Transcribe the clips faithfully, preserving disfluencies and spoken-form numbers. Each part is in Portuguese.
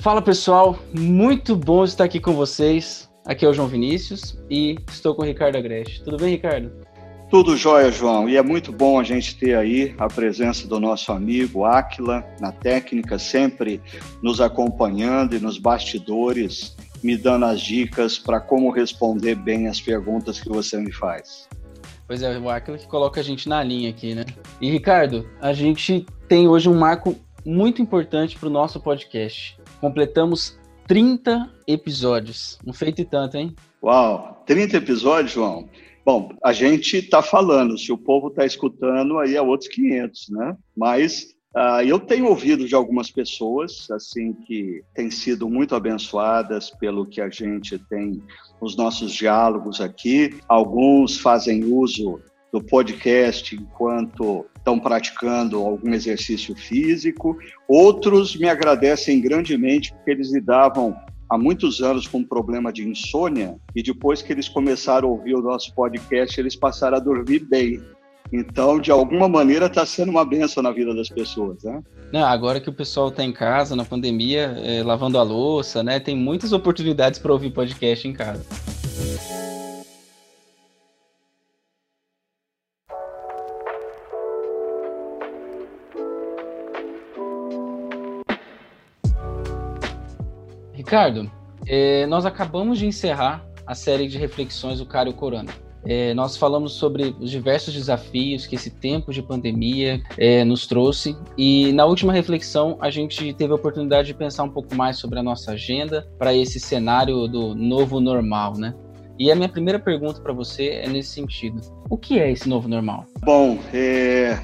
Fala pessoal, muito bom estar aqui com vocês. Aqui é o João Vinícius e estou com o Ricardo Agreste. Tudo bem, Ricardo? Tudo jóia, João. E é muito bom a gente ter aí a presença do nosso amigo Áquila na técnica, sempre nos acompanhando e nos bastidores, me dando as dicas para como responder bem as perguntas que você me faz. Pois é, o Áquila que coloca a gente na linha aqui, né? E, Ricardo, a gente tem hoje um marco muito importante para o nosso podcast. Completamos trinta episódios. Um feito e tanto, hein? Uau, trinta episódios, João? Bom, a gente está falando, se o povo está escutando, aí é outros quinhentos, né? Mas uh, eu tenho ouvido de algumas pessoas, assim, que têm sido muito abençoadas pelo que a gente tem nos nossos diálogos aqui. Alguns fazem uso do podcast enquanto estão praticando algum exercício físico. Outros me agradecem grandemente porque eles lidavam há muitos anos com um problema de insônia e depois que eles começaram a ouvir o nosso podcast, eles passaram a dormir bem. Então, de alguma maneira, está sendo uma bênção na vida das pessoas, né? Não, agora que o pessoal está em casa, na pandemia, é, lavando a louça, né? Tem muitas oportunidades para ouvir podcast em casa. Ricardo, eh, nós acabamos de encerrar a série de reflexões do Caio Corona. Eh, nós falamos sobre os diversos desafios que esse tempo de pandemia eh, nos trouxe e na última reflexão a gente teve a oportunidade de pensar um pouco mais sobre a nossa agenda para esse cenário do novo normal, né? E a minha primeira pergunta para você é nesse sentido. O que é esse novo normal? Bom, é,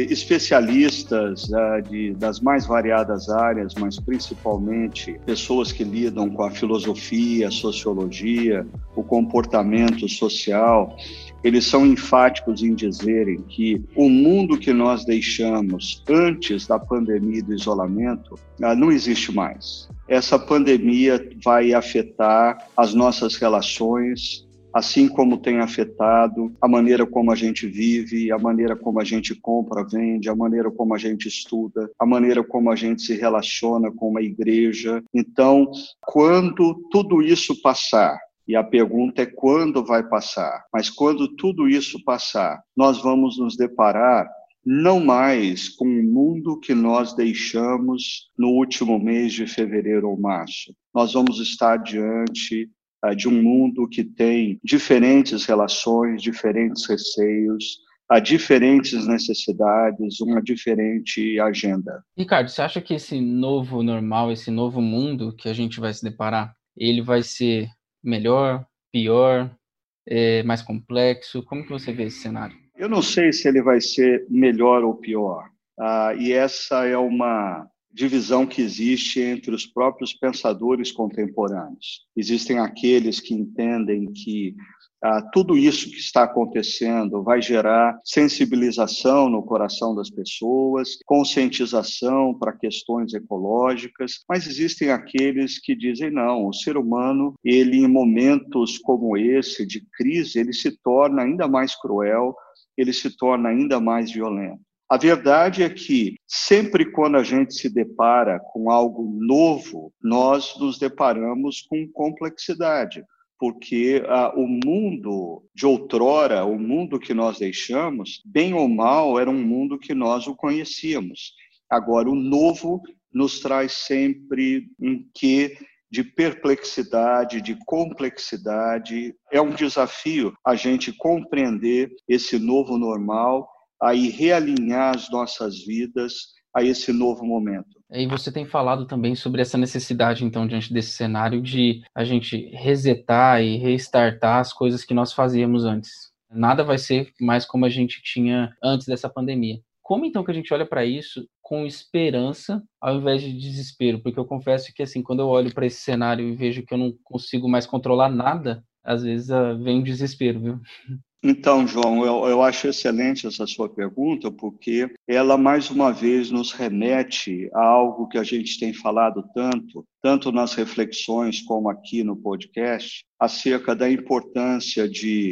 especialistas uh, de, das mais variadas áreas, mas principalmente pessoas que lidam com a filosofia, a sociologia, o comportamento social, eles são enfáticos em dizerem que o mundo que nós deixamos antes da pandemia e do isolamento uh, não existe mais. Essa pandemia vai afetar as nossas relações, assim como tem afetado a maneira como a gente vive, a maneira como a gente compra, vende, a maneira como a gente estuda, a maneira como a gente se relaciona com a igreja. Então, quando tudo isso passar, e a pergunta é quando vai passar, mas quando tudo isso passar, nós vamos nos deparar não mais com o mundo que nós deixamos no último mês de fevereiro ou março. Nós vamos estar diante uh, de um mundo que tem diferentes relações, diferentes receios, uh, diferentes necessidades, uma diferente agenda. Ricardo, você acha que esse novo normal, esse novo mundo que a gente vai se deparar, ele vai ser melhor, pior, é, mais complexo? Como que você vê esse cenário? Eu não sei se ele vai ser melhor ou pior. Ah, e essa é uma divisão que existe entre os próprios pensadores contemporâneos. Existem aqueles que entendem que ah, tudo isso que está acontecendo vai gerar sensibilização no coração das pessoas, conscientização para questões ecológicas, mas existem aqueles que dizem não, o ser humano, ele em momentos como esse, de crise, ele se torna ainda mais cruel, ele se torna ainda mais violento. A verdade é que sempre quando a gente se depara com algo novo, nós nos deparamos com complexidade, porque ah, o mundo de outrora, o mundo que nós deixamos, bem ou mal, era um mundo que nós o conhecíamos. Agora, o novo nos traz sempre um quê de perplexidade, de complexidade. É um desafio a gente compreender esse novo normal, aí realinhar as nossas vidas a esse novo momento. E você tem falado também sobre essa necessidade, então, diante desse cenário, de a gente resetar e restartar as coisas que nós fazíamos antes. Nada vai ser mais como a gente tinha antes dessa pandemia. Como, então, que a gente olha para isso com esperança ao invés de desespero? Porque eu confesso que, assim, quando eu olho para esse cenário e vejo que eu não consigo mais controlar nada, às vezes uh, vem um desespero, viu? Então, João, eu, eu acho excelente essa sua pergunta, porque ela, mais uma vez, nos remete a algo que a gente tem falado tanto, tanto nas reflexões como aqui no podcast, acerca da importância de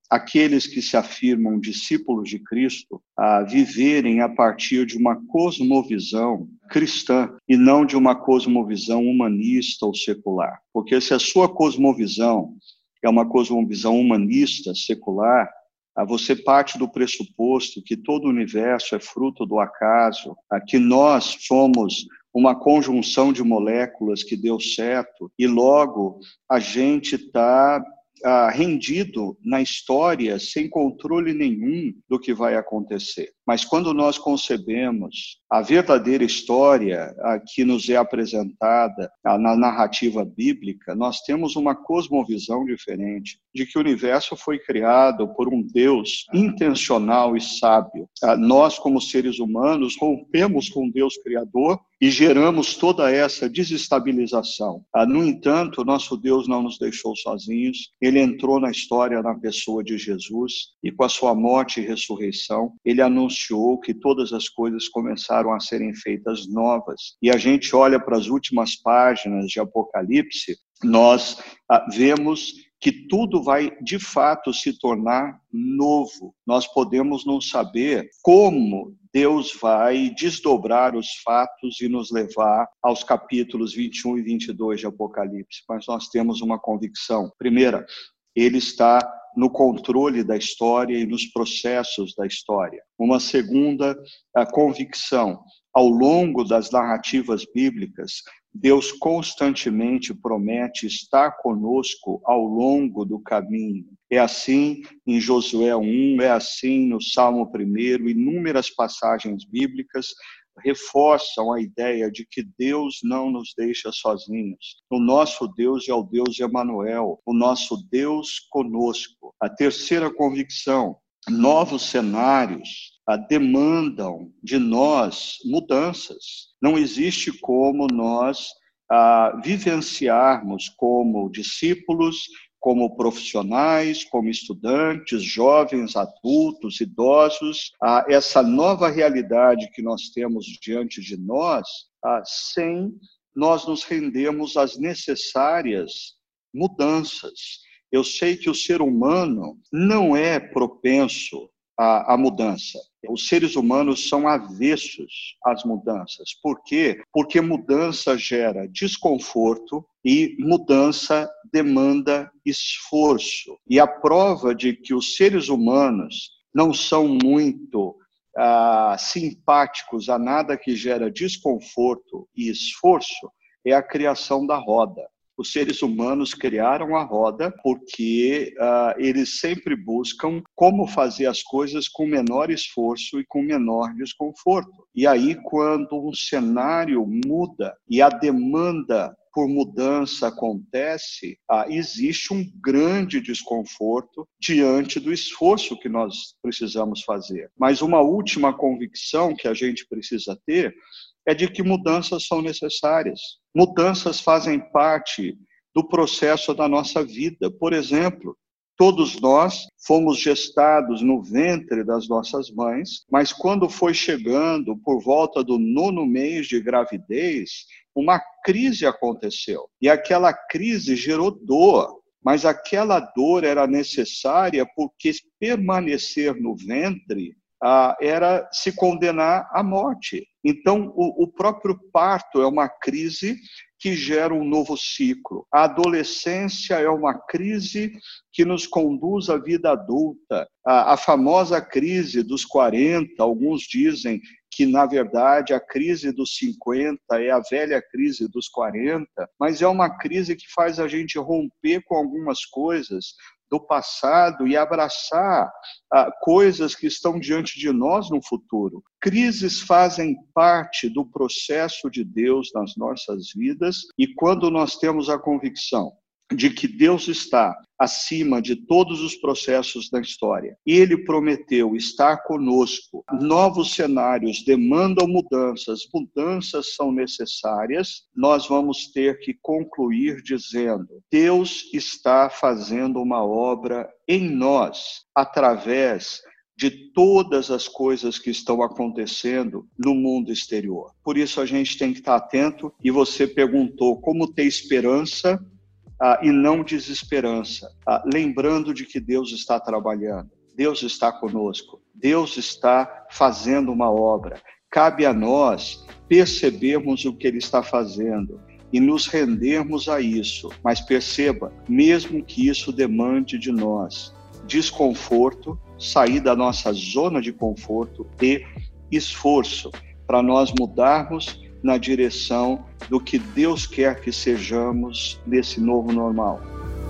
aqueles que se afirmam discípulos de Cristo a viverem a partir de uma cosmovisão cristã e não de uma cosmovisão humanista ou secular. Porque se a sua cosmovisão é uma cosmovisão humanista, secular, você parte do pressuposto que todo o universo é fruto do acaso, que nós somos uma conjunção de moléculas que deu certo e logo a gente está ah, rendido na história sem controle nenhum do que vai acontecer. Mas quando nós concebemos a verdadeira história ah, que nos é apresentada ah, na narrativa bíblica, nós temos uma cosmovisão diferente de que o universo foi criado por um Deus intencional e sábio. Ah, nós, como seres humanos, rompemos com o Deus Criador e geramos toda essa desestabilização. Ah, no entanto, nosso Deus não nos deixou sozinhos. Ele entrou na história na pessoa de Jesus e com a sua morte e ressurreição, ele anunciou que todas as coisas começaram a serem feitas novas. E a gente olha para as últimas páginas de Apocalipse, nós ah, vemos que tudo vai, de fato, se tornar novo. Nós podemos não saber como Deus vai desdobrar os fatos e nos levar aos capítulos vinte e um e vinte e dois de Apocalipse, mas nós temos uma convicção. Primeira, ele está no controle da história e nos processos da história. Uma segunda a convicção, ao longo das narrativas bíblicas, Deus constantemente promete estar conosco ao longo do caminho. É assim em Josué um, é assim no Salmo primeiro, inúmeras passagens bíblicas reforçam a ideia de que Deus não nos deixa sozinhos. O nosso Deus é o Deus Emanuel, o nosso Deus conosco. A terceira convicção, novos cenários demandam de nós mudanças. Não existe como nós ah, vivenciarmos como discípulos, como profissionais, como estudantes, jovens, adultos, idosos, ah, essa nova realidade que nós temos diante de nós, ah, sem nós nos rendermos às necessárias mudanças. Eu sei que o ser humano não é propenso à, à mudança. Os seres humanos são avessos às mudanças. Por quê? Porque mudança gera desconforto e mudança demanda esforço. E a prova de que os seres humanos não são muito ah, simpáticos a nada que gera desconforto e esforço é a criação da roda. Os seres humanos criaram a roda porque uh, eles sempre buscam como fazer as coisas com menor esforço e com menor desconforto. E aí, quando um cenário muda e a demanda por mudança acontece, uh, existe um grande desconforto diante do esforço que nós precisamos fazer. Mas uma última convicção que a gente precisa ter é de que mudanças são necessárias. Mudanças fazem parte do processo da nossa vida. Por exemplo, todos nós fomos gestados no ventre das nossas mães, mas quando foi chegando por volta do nono mês de gravidez, uma crise aconteceu. E aquela crise gerou dor, mas aquela dor era necessária porque permanecer no ventre Ah, era se condenar à morte. Então, o, o próprio parto é uma crise que gera um novo ciclo. A adolescência é uma crise que nos conduz à vida adulta. A, a famosa crise dos quarenta, alguns dizem que, na verdade, a crise dos cinquenta é a velha crise dos quarenta, mas é uma crise que faz a gente romper com algumas coisas do passado e abraçar ah, coisas que estão diante de nós no futuro. Crises fazem parte do processo de Deus nas nossas vidas e quando nós temos a convicção de que Deus está acima de todos os processos da história. Ele prometeu estar conosco. Novos cenários demandam mudanças, mudanças são necessárias. Nós vamos ter que concluir dizendo: Deus está fazendo uma obra em nós, através de todas as coisas que estão acontecendo no mundo exterior. Por isso a gente tem que estar atento. E você perguntou como ter esperança ah, e não desesperança, ah, lembrando de que Deus está trabalhando, Deus está conosco, Deus está fazendo uma obra. Cabe a nós percebermos o que Ele está fazendo e nos rendermos a isso. Mas perceba, mesmo que isso demande de nós desconforto, sair da nossa zona de conforto e esforço para nós mudarmos na direção do que Deus quer que sejamos nesse novo normal.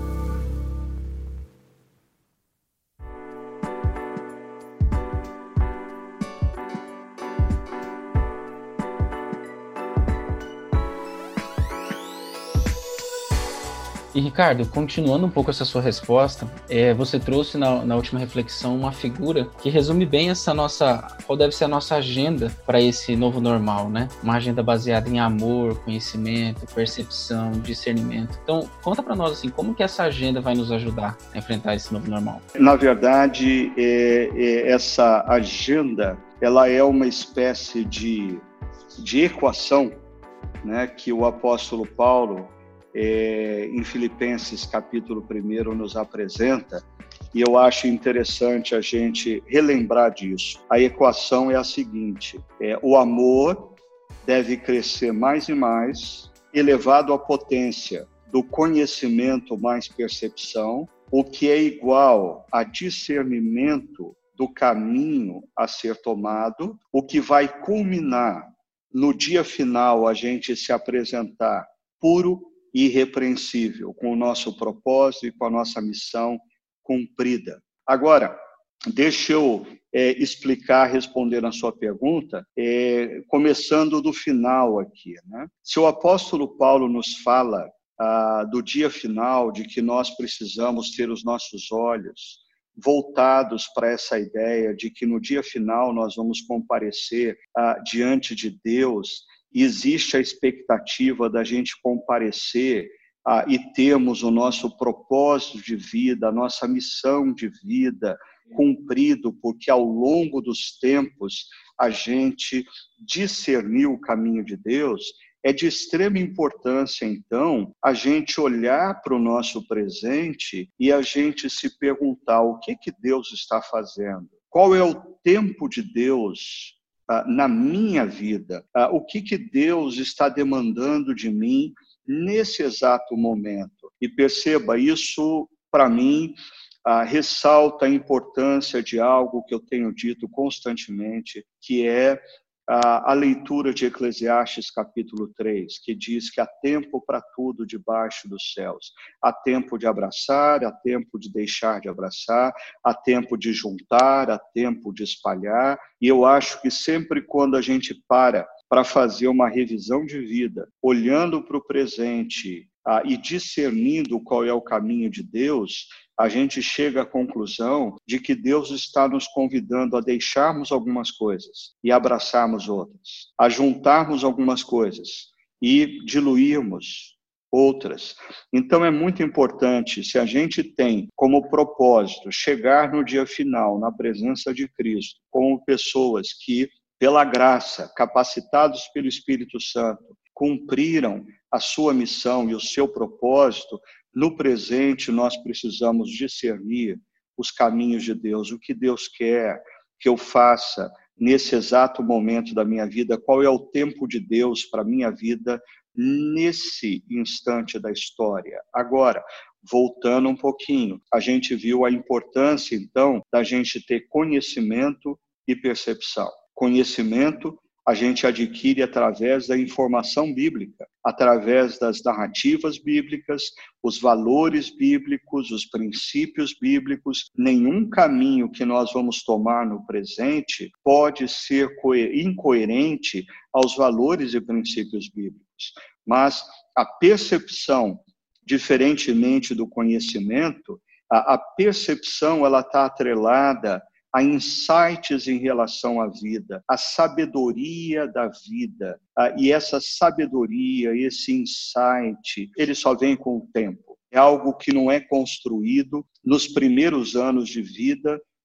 E, Ricardo, continuando um pouco essa sua resposta, é, você trouxe na, na última reflexão uma figura que resume bem essa nossa, qual deve ser a nossa agenda para esse novo normal, né? Uma agenda baseada em amor, conhecimento, percepção, discernimento. Então, conta para nós, assim, como que essa agenda vai nos ajudar a enfrentar esse novo normal? Na verdade, é, é, essa agenda, ela é uma espécie de, de equação, né, que o apóstolo Paulo, É, em Filipenses capítulo um, nos apresenta, e eu acho interessante a gente relembrar disso. A equação é a seguinte: é, o amor deve crescer mais e mais, elevado à potência do conhecimento mais percepção, o que é igual a discernimento do caminho a ser tomado, o que vai culminar no dia final a gente se apresentar puro, irrepreensível, com o nosso propósito e com a nossa missão cumprida. Agora, deixa eu é, explicar, responder a sua pergunta, é, começando do final aqui, né? Se o apóstolo Paulo nos fala ah, do dia final, de que nós precisamos ter os nossos olhos voltados para essa ideia de que no dia final nós vamos comparecer ah, diante de Deus, e existe a expectativa da gente comparecer ah, e termos o nosso propósito de vida, a nossa missão de vida cumprido, porque ao longo dos tempos a gente discerniu o caminho de Deus. É de extrema importância, então, a gente olhar para o nosso presente e a gente se perguntar o que que Deus está fazendo, qual é o tempo de Deus na minha vida, o que que Deus está demandando de mim nesse exato momento. E perceba, isso para mim ressalta a importância de algo que eu tenho dito constantemente, que é a leitura de Eclesiastes capítulo três, que diz que há tempo para tudo debaixo dos céus. Há tempo de abraçar, há tempo de deixar de abraçar, há tempo de juntar, há tempo de espalhar. E eu acho que sempre quando a gente para para fazer uma revisão de vida, olhando para o presente ah, e discernindo qual é o caminho de Deus, a gente chega à conclusão de que Deus está nos convidando a deixarmos algumas coisas e abraçarmos outras, a juntarmos algumas coisas e diluirmos outras. Então é muito importante, se a gente tem como propósito chegar no dia final, na presença de Cristo, como pessoas que, pela graça, capacitados pelo Espírito Santo, cumpriram a sua missão e o seu propósito, no presente nós precisamos discernir os caminhos de Deus, o que Deus quer que eu faça nesse exato momento da minha vida, qual é o tempo de Deus para a minha vida nesse instante da história. Agora, voltando um pouquinho, a gente viu a importância, então, da gente ter conhecimento e percepção. Conhecimento a gente adquire através da informação bíblica, através das narrativas bíblicas, os valores bíblicos, os princípios bíblicos. Nenhum caminho que nós vamos tomar no presente pode ser incoerente aos valores e princípios bíblicos. Mas a percepção, diferentemente do conhecimento, a, a percepção ela está atrelada a insights em relação à vida, a sabedoria da vida. E essa sabedoria, esse insight, ele só vem com o tempo. É algo que não é construído nos primeiros anos de vida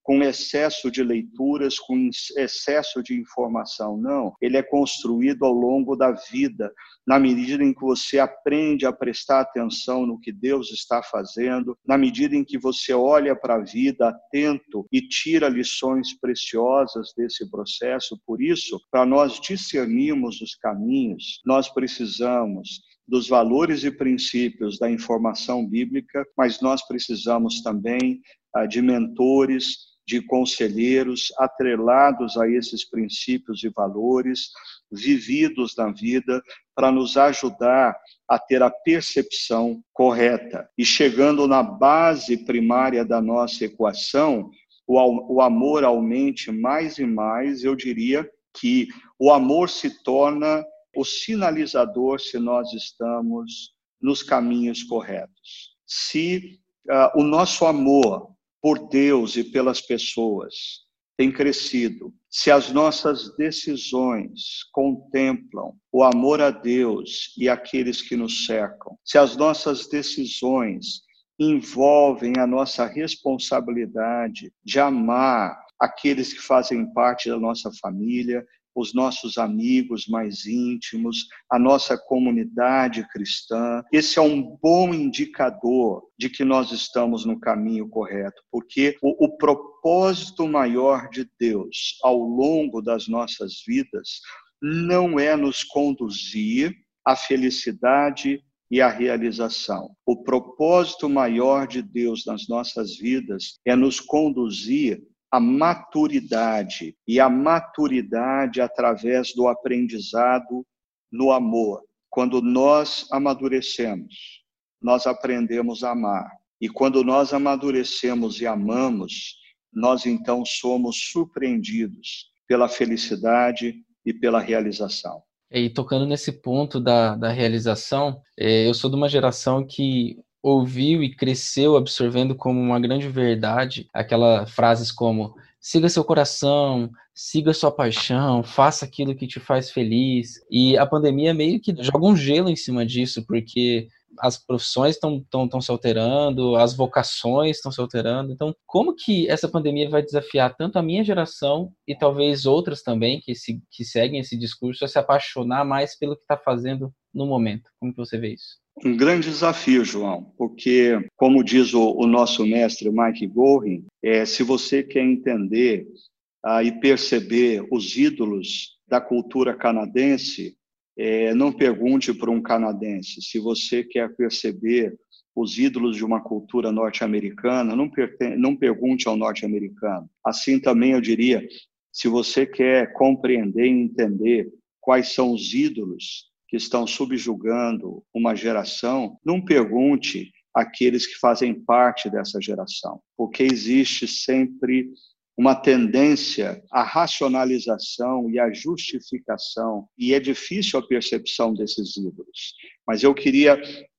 com excesso de leituras, com excesso de informação. Não, ele é construído ao longo da vida, na medida em que você aprende a prestar atenção no que Deus está fazendo, na medida em que você olha para a vida atento e tira lições preciosas desse processo. Por isso, para nós discernirmos os caminhos, nós precisamos dos valores e princípios da informação bíblica, mas nós precisamos também ah, de mentores, de conselheiros atrelados a esses princípios e valores, vividos na vida, para nos ajudar a ter a percepção correta. E chegando na base primária da nossa equação, o, o amor aumente mais e mais, eu diria que o amor se torna o sinalizador se nós estamos nos caminhos corretos. Se uh, o nosso amor por Deus e pelas pessoas tem crescido, se as nossas decisões contemplam o amor a Deus e àqueles que nos cercam, se as nossas decisões envolvem a nossa responsabilidade de amar aqueles que fazem parte da nossa família, os nossos amigos mais íntimos, a nossa comunidade cristã. Esse é um bom indicador de que nós estamos no caminho correto, porque o, o propósito maior de Deus ao longo das nossas vidas não é nos conduzir à felicidade e à realização. O propósito maior de Deus nas nossas vidas é nos conduzir a maturidade, e a maturidade através do aprendizado no amor. Quando nós amadurecemos, nós aprendemos a amar. E quando nós amadurecemos e amamos, nós então somos surpreendidos pela felicidade e pela realização. E tocando nesse ponto da, da realização, é, eu sou de uma geração que ouviu e cresceu absorvendo como uma grande verdade aquelas frases como siga seu coração, siga sua paixão, faça aquilo que te faz feliz. E a pandemia meio que joga um gelo em cima disso, porque as profissões estão se alterando, as vocações estão se alterando. Então, como que essa pandemia vai desafiar tanto a minha geração e talvez outras também que, se, que seguem esse discurso a se apaixonar mais pelo que está fazendo no momento? Como que você vê isso? Um grande desafio, João, porque, como diz o, o nosso mestre Mike Gorin, é, se você quer entender ah, e perceber os ídolos da cultura canadense, é, não pergunte para um canadense. Se você quer perceber os ídolos de uma cultura norte-americana, não, não pergunte ao norte-americano. Assim também eu diria, se você quer compreender e entender quais são os ídolos que estão subjugando uma geração, não pergunte àqueles que fazem parte dessa geração, porque existe sempre uma tendência à racionalização e à justificação, e é difícil a percepção desses ídolos. Mas eu queria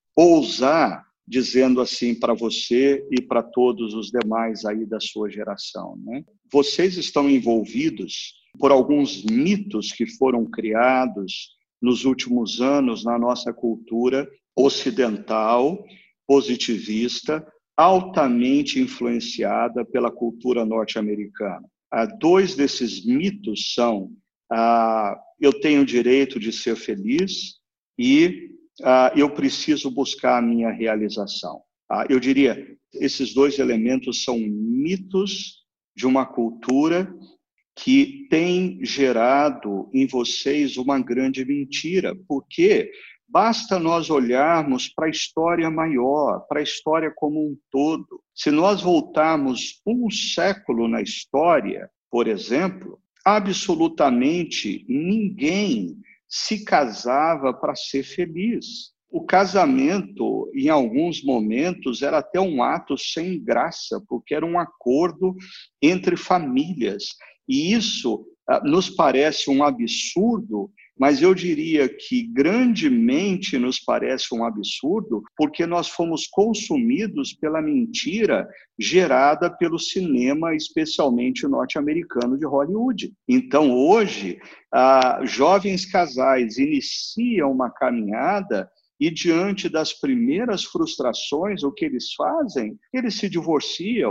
ousar dizendo assim para você e para todos os demais aí da sua geração, né? Vocês estão envolvidos por alguns mitos que foram criados nos últimos anos na nossa cultura ocidental, positivista, altamente influenciada pela cultura norte-americana. Ah, dois desses mitos são ah, eu tenho o direito de ser feliz e ah, eu preciso buscar a minha realização. Ah, eu diria, esses dois elementos são mitos de uma cultura que tem gerado em vocês uma grande mentira, porque basta nós olharmos para a história maior, para a história como um todo. Se nós voltarmos um século na história, por exemplo, absolutamente ninguém se casava para ser feliz. O casamento, em alguns momentos, era até um ato sem graça, porque era um acordo entre famílias. E isso ah, nos parece um absurdo, mas eu diria que grandemente nos parece um absurdo, porque nós fomos consumidos pela mentira gerada pelo cinema, especialmente norte-americano de Hollywood. Então, hoje, ah, jovens casais iniciam uma caminhada e, diante das primeiras frustrações, o que eles fazem? Eles se divorciam,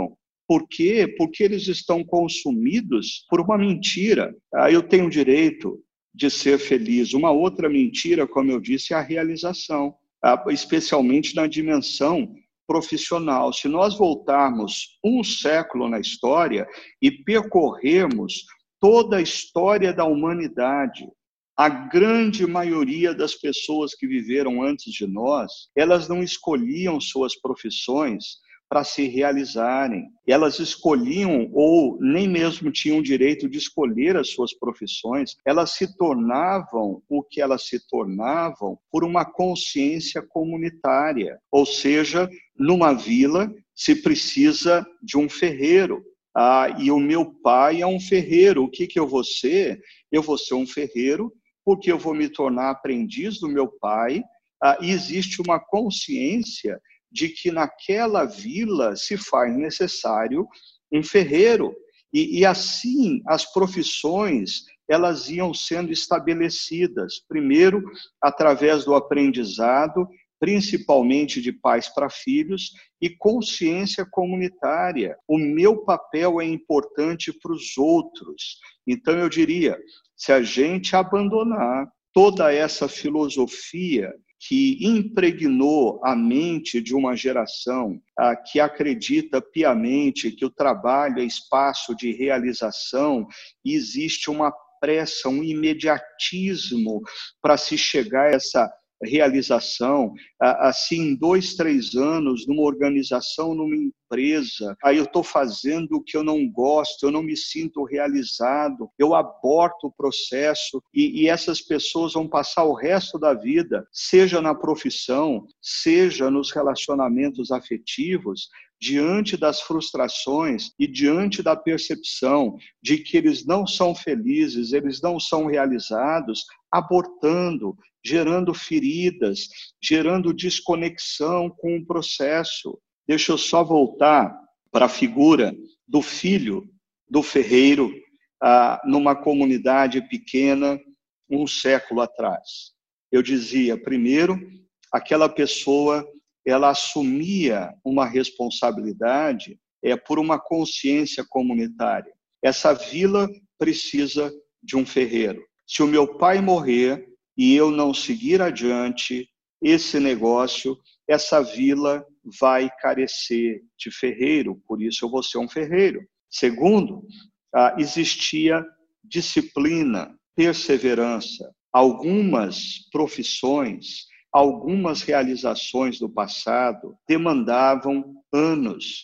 Por quê? Porque eles estão consumidos por uma mentira. Ah, eu tenho o direito de ser feliz. Uma outra mentira, como eu disse, é a realização, ah, especialmente na dimensão profissional. Se nós voltarmos um século na história e percorrermos toda a história da humanidade, a grande maioria das pessoas que viveram antes de nós, elas não escolhiam suas profissões para se realizarem. Elas escolhiam, ou nem mesmo tinham direito de escolher as suas profissões, elas se tornavam o que elas se tornavam por uma consciência comunitária. Ou seja, numa vila se precisa de um ferreiro. Ah, e o meu pai é um ferreiro. O que, que eu vou ser? Eu vou ser um ferreiro porque eu vou me tornar aprendiz do meu pai. Ah, e existe uma consciência de que naquela vila se faz necessário um ferreiro. E, e assim as profissões elas iam sendo estabelecidas, primeiro através do aprendizado, principalmente de pais para filhos, e consciência comunitária. O meu papel é importante para os outros. Então eu diria, se a gente abandonar toda essa filosofia que impregnou a mente de uma geração ah, que acredita piamente que o trabalho é espaço de realização e existe uma pressa, um imediatismo para se chegar a essa realização, assim, em dois, três anos, numa organização, numa empresa, aí eu estou fazendo o que eu não gosto, eu não me sinto realizado, eu aborto o processo e, e essas pessoas vão passar o resto da vida, seja na profissão, seja nos relacionamentos afetivos, diante das frustrações e diante da percepção de que eles não são felizes, eles não são realizados, abortando, gerando feridas, gerando desconexão com o processo. Deixa eu só voltar para a figura do filho do ferreiro ah, numa comunidade pequena um século atrás. Eu dizia, primeiro, aquela pessoa ela assumia uma responsabilidade é, por uma consciência comunitária. Essa vila precisa de um ferreiro. Se o meu pai morrer e eu não seguir adiante esse negócio, essa vila vai carecer de ferreiro, por isso eu vou ser um ferreiro. Segundo, existia disciplina, perseverança. Algumas profissões, algumas realizações do passado demandavam anos,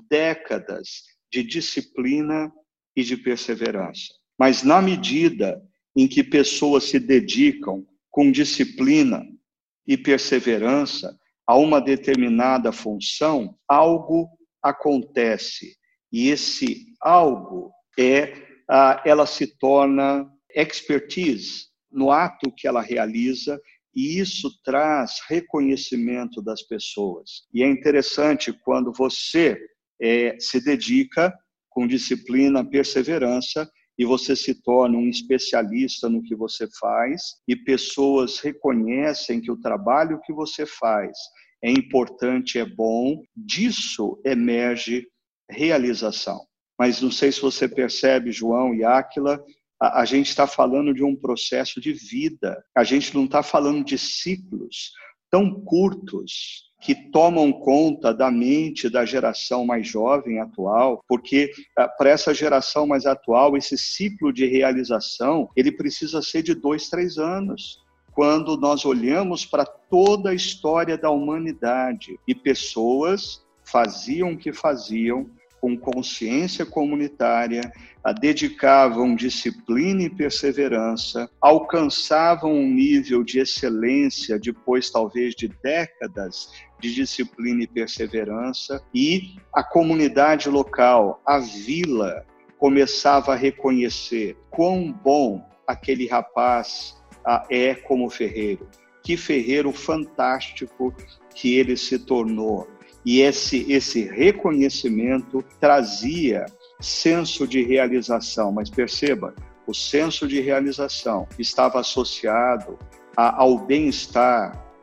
décadas de disciplina e de perseverança. Mas na medida em que pessoas se dedicam com disciplina e perseverança a uma determinada função, algo acontece. E esse algo é, ela se torna expertise no ato que ela realiza, e isso traz reconhecimento das pessoas. E é interessante quando você é, se dedica com disciplina, perseverança, e você se torna um especialista no que você faz, e pessoas reconhecem que o trabalho que você faz é importante, é bom, disso emerge realização. Mas não sei se você percebe, João e Áquila, a, a gente está falando de um processo de vida, a gente não está falando de ciclos tão curtos que tomam conta da mente da geração mais jovem atual, porque para essa geração mais atual, esse ciclo de realização, ele precisa ser de dois, três anos. Quando nós olhamos para toda a história da humanidade e pessoas faziam o que faziam com consciência comunitária, dedicavam disciplina e perseverança, alcançavam um nível de excelência depois talvez de décadas de disciplina e perseverança, e a comunidade local, a vila, começava a reconhecer quão bom aquele rapaz é como ferreiro, que ferreiro fantástico que ele se tornou. E esse, esse reconhecimento trazia senso de realização, mas perceba, o senso de realização estava associado a, ao bem-estar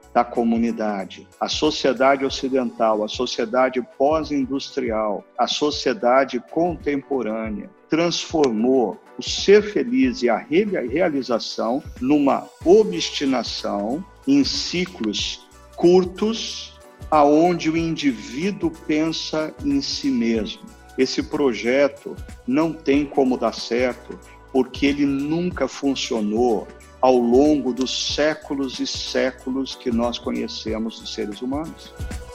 da comunidade. A sociedade ocidental, a sociedade pós-industrial, a sociedade contemporânea transformou o ser feliz e a realização numa obstinação em ciclos curtos, aonde o indivíduo pensa em si mesmo. Esse projeto não tem como dar certo, porque ele nunca funcionou ao longo dos séculos e séculos que nós conhecemos dos seres humanos.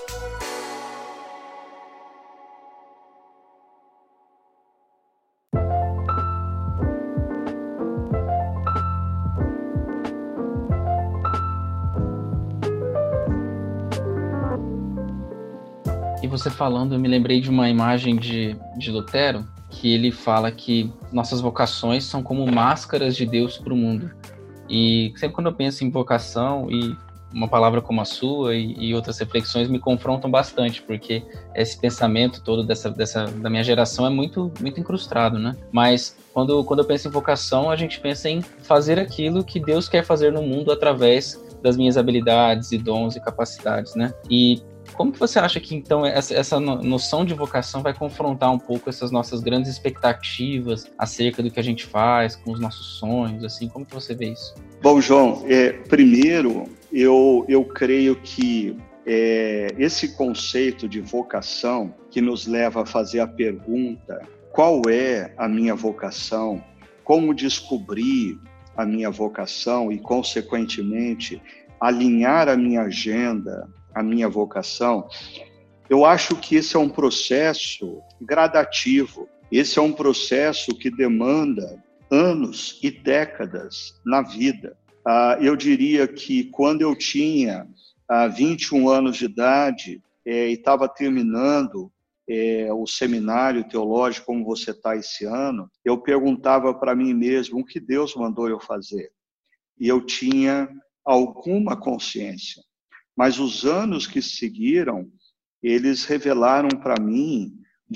E você falando, eu me lembrei de uma imagem de, de Lutero, que ele fala que nossas vocações são como máscaras de Deus para o mundo. E sempre quando eu penso em vocação, e uma palavra como a sua e, e outras reflexões me confrontam bastante, porque esse pensamento todo dessa, dessa, da minha geração é muito, muito incrustado, né? Mas quando, quando eu penso em vocação, a gente pensa em fazer aquilo que Deus quer fazer no mundo através das minhas habilidades e dons e capacidades, né? E como que você acha que, então, essa, essa noção de vocação vai confrontar um pouco essas nossas grandes expectativas acerca do que a gente faz, com os nossos sonhos, assim? Como que você vê isso? Bom, João, é, primeiro, eu, eu creio que é, esse conceito de vocação que nos leva a fazer a pergunta, qual é a minha vocação? Como descobrir a minha vocação e, consequentemente, alinhar a minha agenda, a minha vocação, eu acho que esse é um processo gradativo. Esse é um processo que demanda anos e décadas na vida. Ah, eu diria que quando eu tinha ah, vinte e um anos de idade eh, e estava terminando eh, o seminário teológico como você está esse ano, eu perguntava para mim mesmo o que Deus mandou eu fazer. E eu tinha alguma consciência. Mas os anos que seguiram, eles revelaram para mim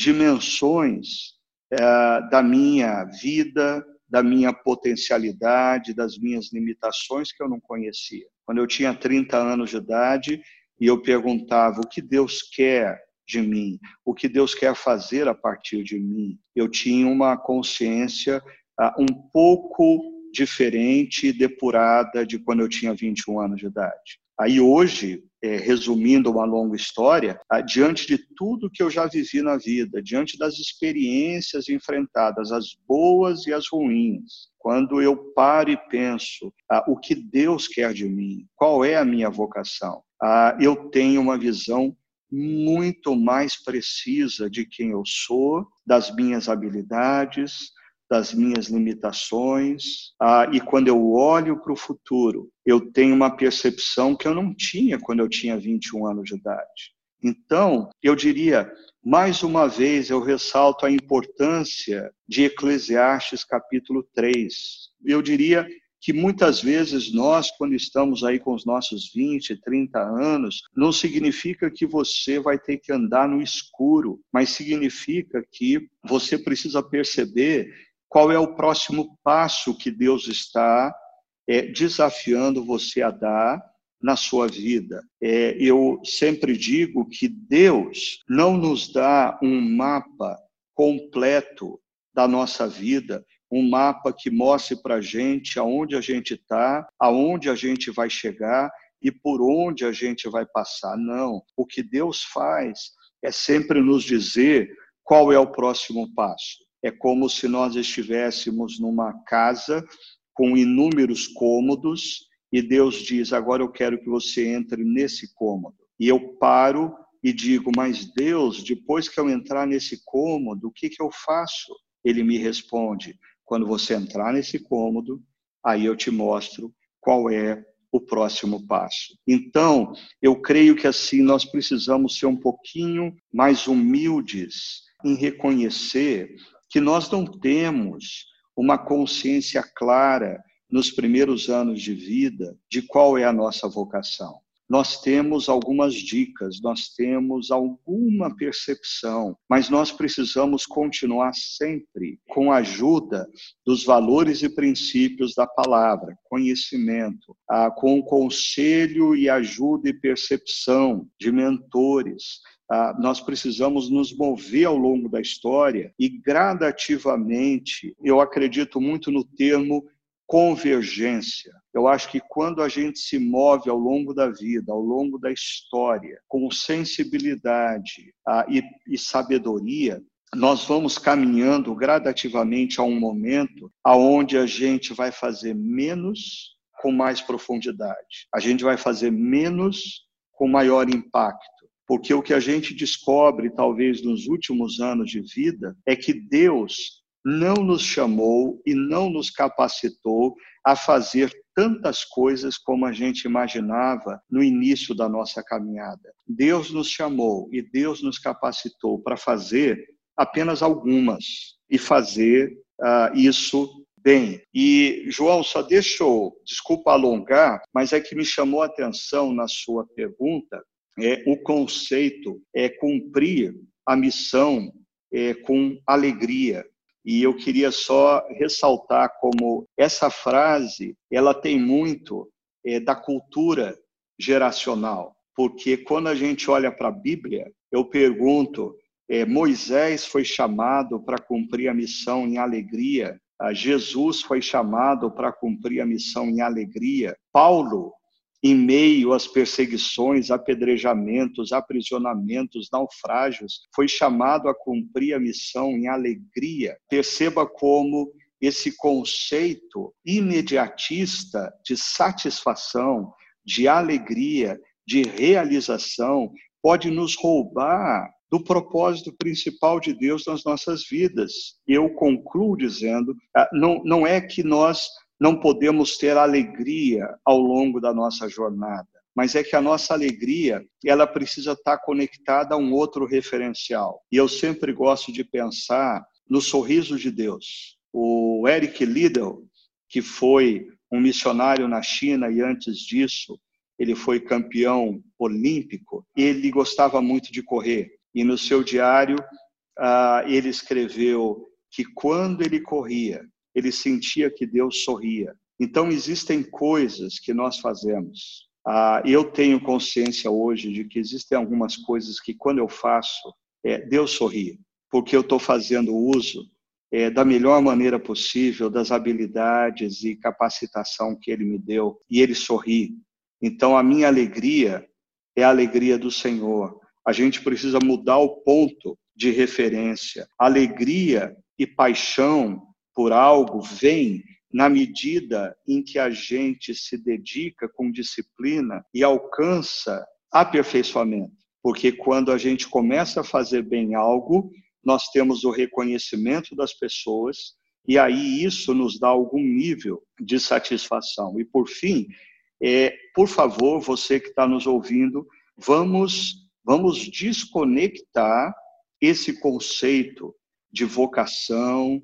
dimensões é, da minha vida, da minha potencialidade, das minhas limitações que eu não conhecia. Quando eu tinha trinta anos de idade e eu perguntava o que Deus quer de mim, o que Deus quer fazer a partir de mim, eu tinha uma consciência uh, um pouco diferente e depurada de quando eu tinha vinte e um anos de idade. Aí hoje, é, resumindo uma longa história, ah, diante de tudo que eu já vivi na vida, diante das experiências enfrentadas, as boas e as ruins, quando eu paro e penso ah, o que Deus quer de mim, qual é a minha vocação, ah, eu tenho uma visão muito mais precisa de quem eu sou, das minhas habilidades, das minhas limitações, ah, e quando eu olho para o futuro, eu tenho uma percepção que eu não tinha quando eu tinha vinte e um anos de idade. Então, eu diria, mais uma vez, eu ressalto a importância de Eclesiastes capítulo três. Eu diria que muitas vezes nós, quando estamos aí com os nossos vinte, trinta anos, não significa que você vai ter que andar no escuro, mas significa que você precisa perceber qual é o próximo passo que Deus está é, desafiando você a dar na sua vida. É, eu sempre digo que Deus não nos dá um mapa completo da nossa vida, um mapa que mostre para a gente aonde a gente está, aonde a gente vai chegar e por onde a gente vai passar. Não, o que Deus faz é sempre nos dizer qual é o próximo passo. É como se nós estivéssemos numa casa com inúmeros cômodos e Deus diz, agora eu quero que você entre nesse cômodo. E eu paro e digo, mas Deus, depois que eu entrar nesse cômodo, o que que eu faço? Ele me responde, quando você entrar nesse cômodo, aí eu te mostro qual é o próximo passo. Então, eu creio que assim nós precisamos ser um pouquinho mais humildes em reconhecer que nós não temos uma consciência clara nos primeiros anos de vida de qual é a nossa vocação. nós temos algumas dicas, nós temos alguma percepção, mas nós precisamos continuar sempre com a ajuda dos valores e princípios da palavra, conhecimento, ah, com o conselho e ajuda e percepção de mentores. Ah, nós precisamos nos mover ao longo da história e gradativamente, eu acredito muito no termo convergência. Eu acho que quando a gente se move ao longo da vida, ao longo da história, com sensibilidade ah, e, e sabedoria, nós vamos caminhando gradativamente a um momento aonde a gente vai fazer menos com mais profundidade. A gente vai fazer menos com maior impacto. Porque o que a gente descobre, talvez, nos últimos anos de vida, é que Deus não nos chamou e não nos capacitou a fazer tantas coisas como a gente imaginava no início da nossa caminhada. Deus nos chamou e Deus nos capacitou para fazer apenas algumas e fazer uh, isso bem. E, João, só deixa eu, desculpa alongar, mas é que me chamou a atenção na sua pergunta, é, o conceito é cumprir a missão é, com alegria. E eu queria só ressaltar como essa frase, ela tem muito é, da cultura geracional, porque quando a gente olha para a Bíblia, eu pergunto, é, Moisés foi chamado para cumprir a missão em alegria, Jesus foi chamado para cumprir a missão em alegria, Paulo, em meio às perseguições, apedrejamentos, aprisionamentos, naufrágios, foi chamado a cumprir a missão em alegria. Perceba como esse conceito imediatista de satisfação, de alegria, de realização, pode nos roubar do propósito principal de Deus nas nossas vidas. Eu concluo dizendo, não, não é que nós não podemos ter alegria ao longo da nossa jornada, mas é que a nossa alegria, ela precisa estar conectada a um outro referencial. E eu sempre gosto de pensar no sorriso de Deus. O Eric Liddell, que foi um missionário na China e antes disso, ele foi campeão olímpico, ele gostava muito de correr. E no seu diário, uh, ele escreveu que quando ele corria, ele sentia que Deus sorria. Então, existem coisas que nós fazemos. Ah, eu tenho consciência hoje de que existem algumas coisas que, quando eu faço, é, Deus sorri, porque eu estou fazendo uso é, da melhor maneira possível das habilidades e capacitação que Ele me deu, e Ele sorri. Então, a minha alegria é a alegria do Senhor. A gente precisa mudar o ponto de referência. Alegria e paixão por algo vem na medida em que a gente se dedica com disciplina e alcança aperfeiçoamento. Porque quando a gente começa a fazer bem algo, nós temos o reconhecimento das pessoas e aí isso nos dá algum nível de satisfação. E por fim, é, por favor, você que está nos ouvindo, vamos, vamos desconectar esse conceito de vocação,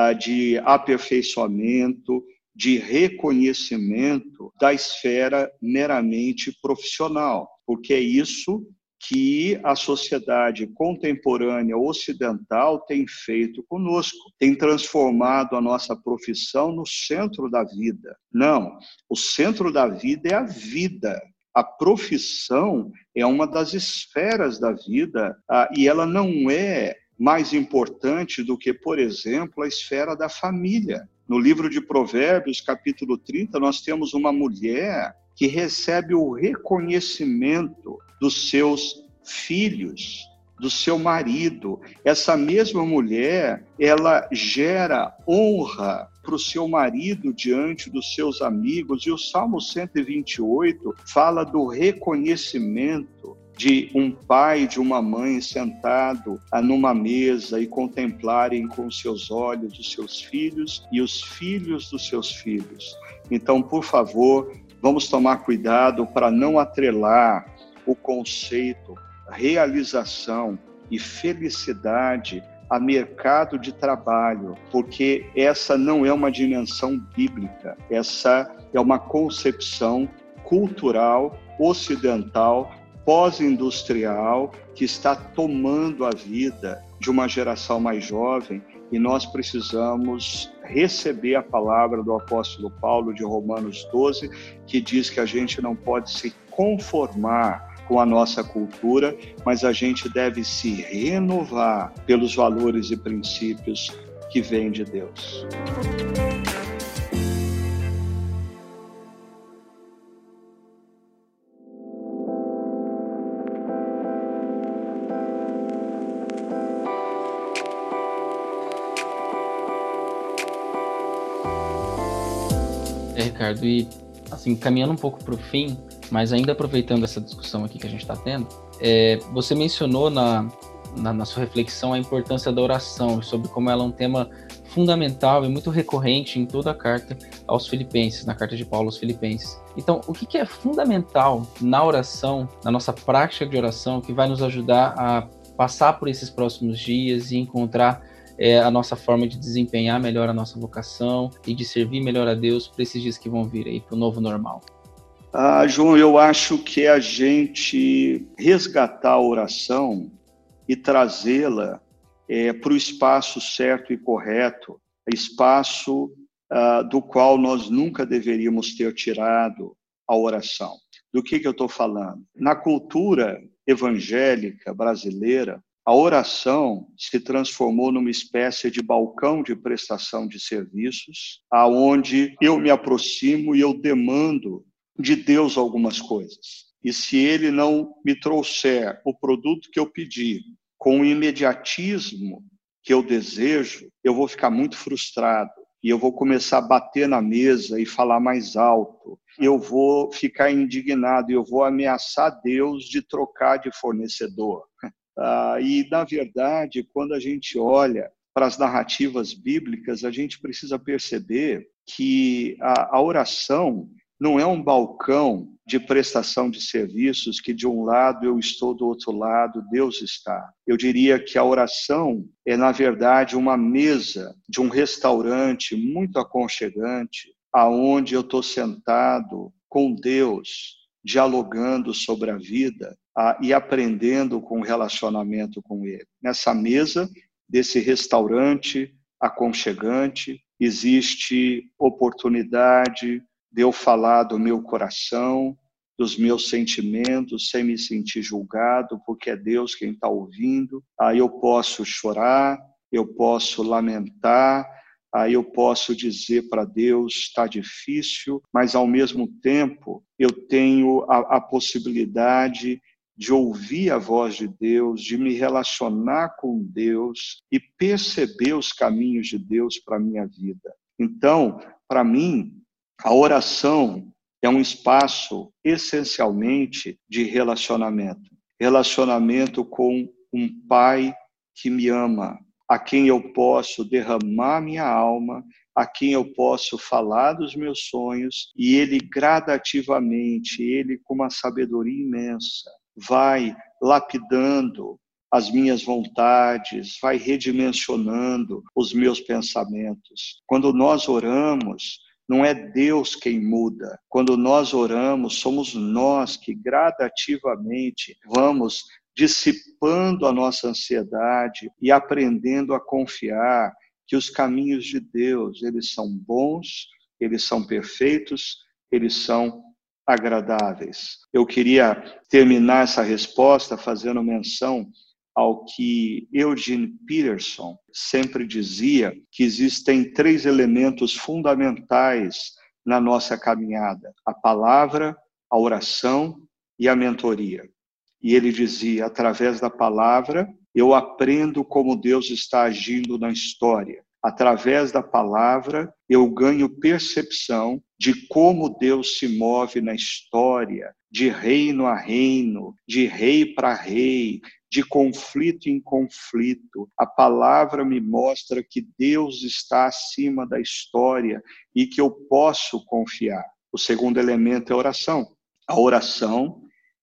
de aperfeiçoamento, de reconhecimento da esfera meramente profissional, porque é isso que a sociedade contemporânea ocidental tem feito conosco, tem transformado a nossa profissão no centro da vida. Não, o centro da vida é a vida. A profissão é uma das esferas da vida e ela não é mais importante do que, por exemplo, a esfera da família. No livro de Provérbios, capítulo trinta, nós temos uma mulher que recebe o reconhecimento dos seus filhos, do seu marido. Essa mesma mulher, ela gera honra para o seu marido diante dos seus amigos. E o Salmo cento e vinte e oito fala do reconhecimento de um pai e de uma mãe sentado numa mesa e contemplarem com seus olhos os seus filhos e os filhos dos seus filhos. Então, por favor, vamos tomar cuidado para não atrelar o conceito, realização e felicidade a mercado de trabalho, porque essa não é uma dimensão bíblica, essa é uma concepção cultural, ocidental, pós-industrial, que está tomando a vida de uma geração mais jovem, e nós precisamos receber a palavra do apóstolo Paulo de Romanos doze, que diz que a gente não pode se conformar com a nossa cultura, mas a gente deve se renovar pelos valores e princípios que vêm de Deus. É, Ricardo, e assim, caminhando um pouco para o fim, mas ainda aproveitando essa discussão aqui que a gente está tendo, é, você mencionou na, na, na sua reflexão a importância da oração, sobre como ela é um tema fundamental e muito recorrente em toda a carta aos Filipenses, na carta de Paulo aos Filipenses. Então, o que, que é fundamental na oração, na nossa prática de oração, que vai nos ajudar a passar por esses próximos dias e encontrar é a nossa forma de desempenhar melhor a nossa vocação e de servir melhor a Deus para esses dias que vão vir aí, para o novo normal? Ah, João, eu acho que é a gente resgatar a oração e trazê-la é, para o espaço certo e correto, espaço ah, do qual nós nunca deveríamos ter tirado a oração. Do que, que eu estou falando? Na cultura evangélica brasileira, a oração se transformou numa espécie de balcão de prestação de serviços, aonde eu me aproximo e eu demando de Deus algumas coisas. E se Ele não me trouxer o produto que eu pedi com o imediatismo que eu desejo, eu vou ficar muito frustrado e eu vou começar a bater na mesa e falar mais alto. Eu vou ficar indignado e eu vou ameaçar Deus de trocar de fornecedor. Ah, e, na verdade, quando a gente olha para as narrativas bíblicas, a gente precisa perceber que a, a oração não é um balcão de prestação de serviços que de um lado eu estou, do outro lado Deus está. Eu diria que a oração é, na verdade, uma mesa de um restaurante muito aconchegante, aonde eu estou sentado com Deus, dialogando sobre a vida ah, e aprendendo com o relacionamento com Ele. Nessa mesa desse restaurante aconchegante, existe oportunidade de eu falar do meu coração, dos meus sentimentos, sem me sentir julgado, porque é Deus quem está ouvindo. Aí eu posso chorar, eu posso lamentar, aí eu posso dizer para Deus, está difícil, mas ao mesmo tempo eu tenho a, a possibilidade de ouvir a voz de Deus, de me relacionar com Deus e perceber os caminhos de Deus para a minha vida. Então, para mim, a oração é um espaço essencialmente de relacionamento. Relacionamento com um Pai que me ama, a quem eu posso derramar minha alma, a quem eu posso falar dos meus sonhos, e Ele gradativamente, Ele com uma sabedoria imensa, vai lapidando as minhas vontades, vai redimensionando os meus pensamentos. Quando nós oramos, não é Deus quem muda. Quando nós oramos, somos nós que gradativamente vamos dissipando a nossa ansiedade e aprendendo a confiar que os caminhos de Deus, eles são bons, eles são perfeitos, eles são agradáveis. Eu queria terminar essa resposta fazendo menção ao que Eugene Peterson sempre dizia, que existem três elementos fundamentais na nossa caminhada: a palavra, a oração e a mentoria. E ele dizia, através da palavra, eu aprendo como Deus está agindo na história. Através da palavra, eu ganho percepção de como Deus se move na história, de reino a reino, de rei para rei, de conflito em conflito. A palavra me mostra que Deus está acima da história e que eu posso confiar. O segundo elemento é a oração. A oração,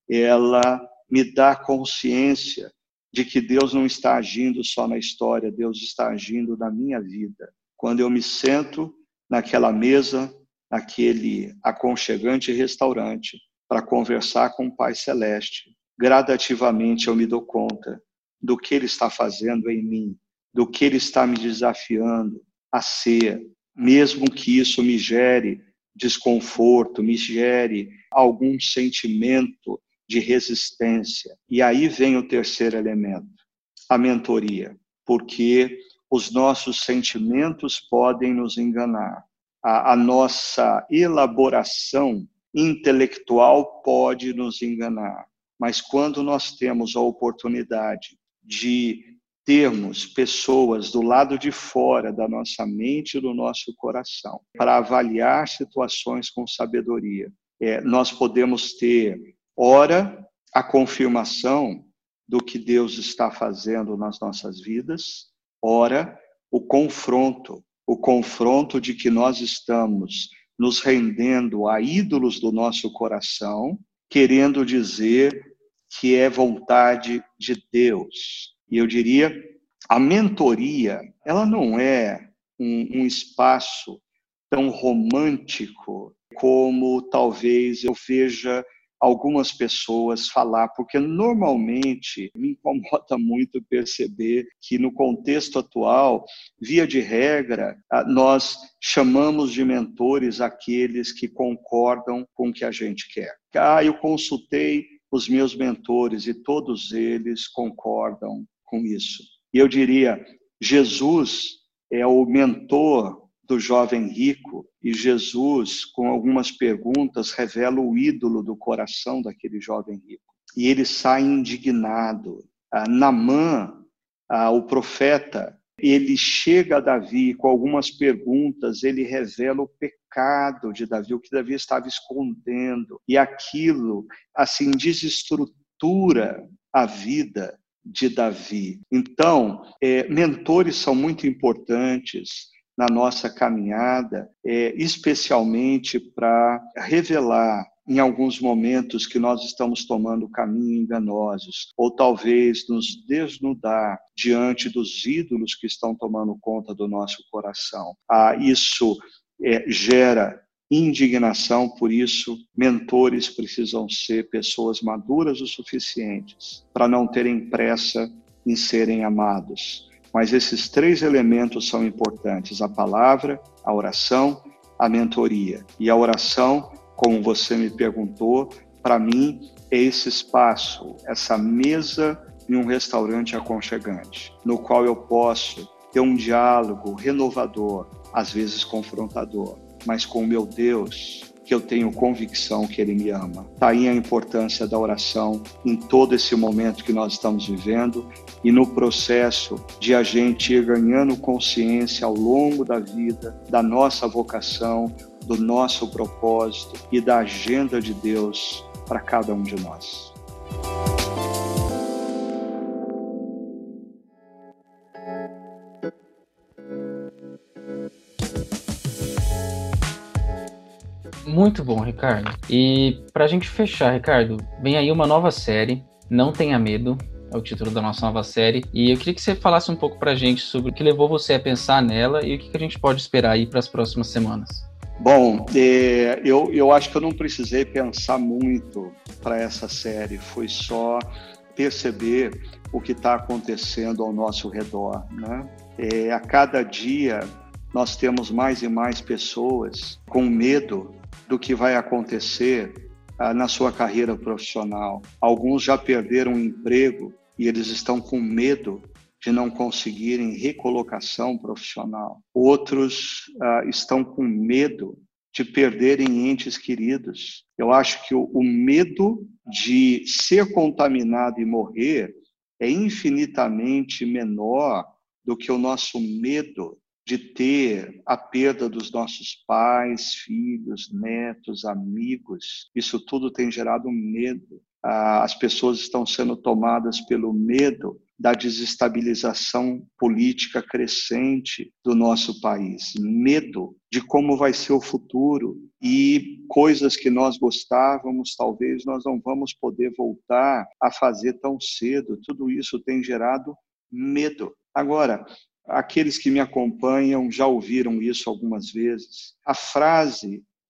ela me dá consciência de que Deus não está agindo só na história, Deus está agindo na minha vida. Quando eu me sento naquela mesa naquele aconchegante restaurante para conversar com o Pai Celeste. Gradativamente eu me dou conta do que Ele está fazendo em mim, do que Ele está me desafiando a ser, mesmo que isso me gere desconforto, me gere algum sentimento de resistência. E aí vem o terceiro elemento, a mentoria, porque os nossos sentimentos podem nos enganar, a, a nossa elaboração intelectual pode nos enganar, mas quando nós temos a oportunidade de termos pessoas do lado de fora da nossa mente e do nosso coração para avaliar situações com sabedoria, é, nós podemos ter, ora, a confirmação do que Deus está fazendo nas nossas vidas, ora, o confronto, o confronto de que nós estamos nos rendendo a ídolos do nosso coração, querendo dizer que é vontade de Deus. E eu diria, a mentoria, ela não é um, um espaço tão romântico como talvez eu veja algumas pessoas falar, porque normalmente me incomoda muito perceber que no contexto atual, via de regra, nós chamamos de mentores aqueles que concordam com o que a gente quer. Ah, eu consultei os meus mentores e todos eles concordam com isso. E eu diria, Jesus é o mentor do jovem rico e Jesus, com algumas perguntas, revela o ídolo do coração daquele jovem rico. E ele sai indignado. Ah, Naamã, ah, o profeta, ele chega a Davi com algumas perguntas, ele revela o pecado de Davi, o que Davi estava escondendo. E aquilo, assim, desestrutura a vida de Davi. Então, é, mentores são muito importantes na nossa caminhada, é, especialmente para revelar em alguns momentos que nós estamos tomando caminhos enganosos, ou talvez nos desnudar diante dos ídolos que estão tomando conta do nosso coração. Ah, isso é, gera indignação, por isso, mentores precisam ser pessoas maduras o suficientes para não terem pressa em serem amados. Mas esses três elementos são importantes, a palavra, a oração, a mentoria. E a oração, como você me perguntou, para mim é esse espaço, essa mesa em um restaurante aconchegante, no qual eu posso ter um diálogo renovador, às vezes confrontador, mas com o meu Deus, que eu tenho convicção que Ele me ama. Está aí a importância da oração em todo esse momento que nós estamos vivendo e no processo de a gente ir ganhando consciência ao longo da vida, da nossa vocação, do nosso propósito e da agenda de Deus para cada um de nós. Muito bom, Ricardo. E pra gente fechar, Ricardo, vem aí uma nova série, Não Tenha Medo, é o título da nossa nova série, e eu queria que você falasse um pouco pra gente sobre o que levou você a pensar nela e o que a gente pode esperar aí para as próximas semanas. Bom, é, eu, eu acho que eu não precisei pensar muito para essa série, foi só perceber o que está acontecendo ao nosso redor, né? É, a cada dia nós temos mais e mais pessoas com medo do que vai acontecer ah, na sua carreira profissional. Alguns já perderam o emprego e eles estão com medo de não conseguirem recolocação profissional. Outros ah, estão com medo de perderem entes queridos. Eu acho que o, o medo de ser contaminado e morrer é infinitamente menor do que o nosso medo de ter a perda dos nossos pais, filhos, netos, amigos. Isso tudo tem gerado medo. As pessoas estão sendo tomadas pelo medo da desestabilização política crescente do nosso país. Medo de como vai ser o futuro e coisas que nós gostávamos, talvez nós não vamos poder voltar a fazer tão cedo. Tudo isso tem gerado medo. Agora, aqueles que me acompanham já ouviram isso algumas vezes. A frase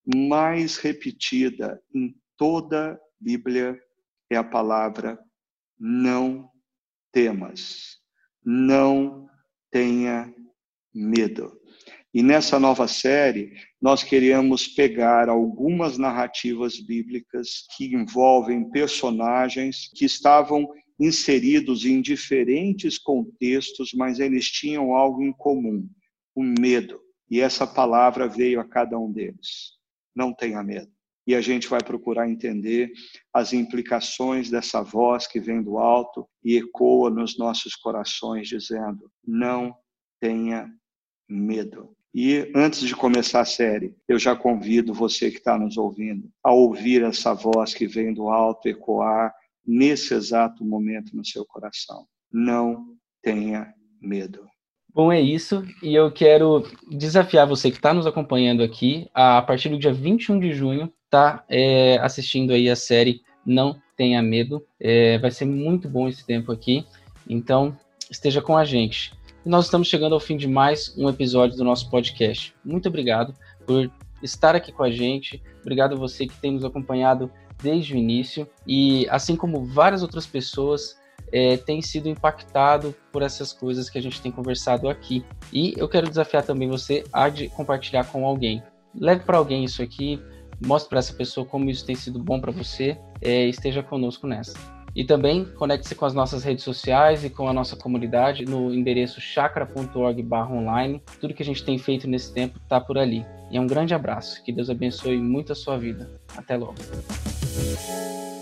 mais repetida em toda a Bíblia é a palavra não temas, não tenha medo. E nessa nova série, nós queremos pegar algumas narrativas bíblicas que envolvem personagens que estavam inseridos em diferentes contextos, mas eles tinham algo em comum, o medo. E essa palavra veio a cada um deles. Não tenha medo. E a gente vai procurar entender as implicações dessa voz que vem do alto e ecoa nos nossos corações, dizendo, não tenha medo. E antes de começar a série, eu já convido você que está nos ouvindo a ouvir essa voz que vem do alto ecoar nesse exato momento no seu coração. Não tenha medo. Bom, é isso, e eu quero desafiar você que está nos acompanhando aqui, a, a partir do dia vinte e um de junho, tá é, assistindo aí a série Não Tenha Medo. É, vai ser muito bom esse tempo aqui, então esteja com a gente. E nós estamos chegando ao fim de mais um episódio do nosso podcast. Muito obrigado por estar aqui com a gente, obrigado a você que tem nos acompanhado desde o início, e assim como várias outras pessoas, É, tem sido impactado por essas coisas que a gente tem conversado aqui. E eu quero desafiar também você a de compartilhar com alguém. Leve para alguém isso aqui, mostre para essa pessoa como isso tem sido bom para você, é, esteja conosco nessa. E também conecte-se com as nossas redes sociais e com a nossa comunidade no endereço chakra ponto org barra online. Tudo que a gente tem feito nesse tempo está por ali. E é um grande abraço. Que Deus abençoe muito a sua vida. Até logo.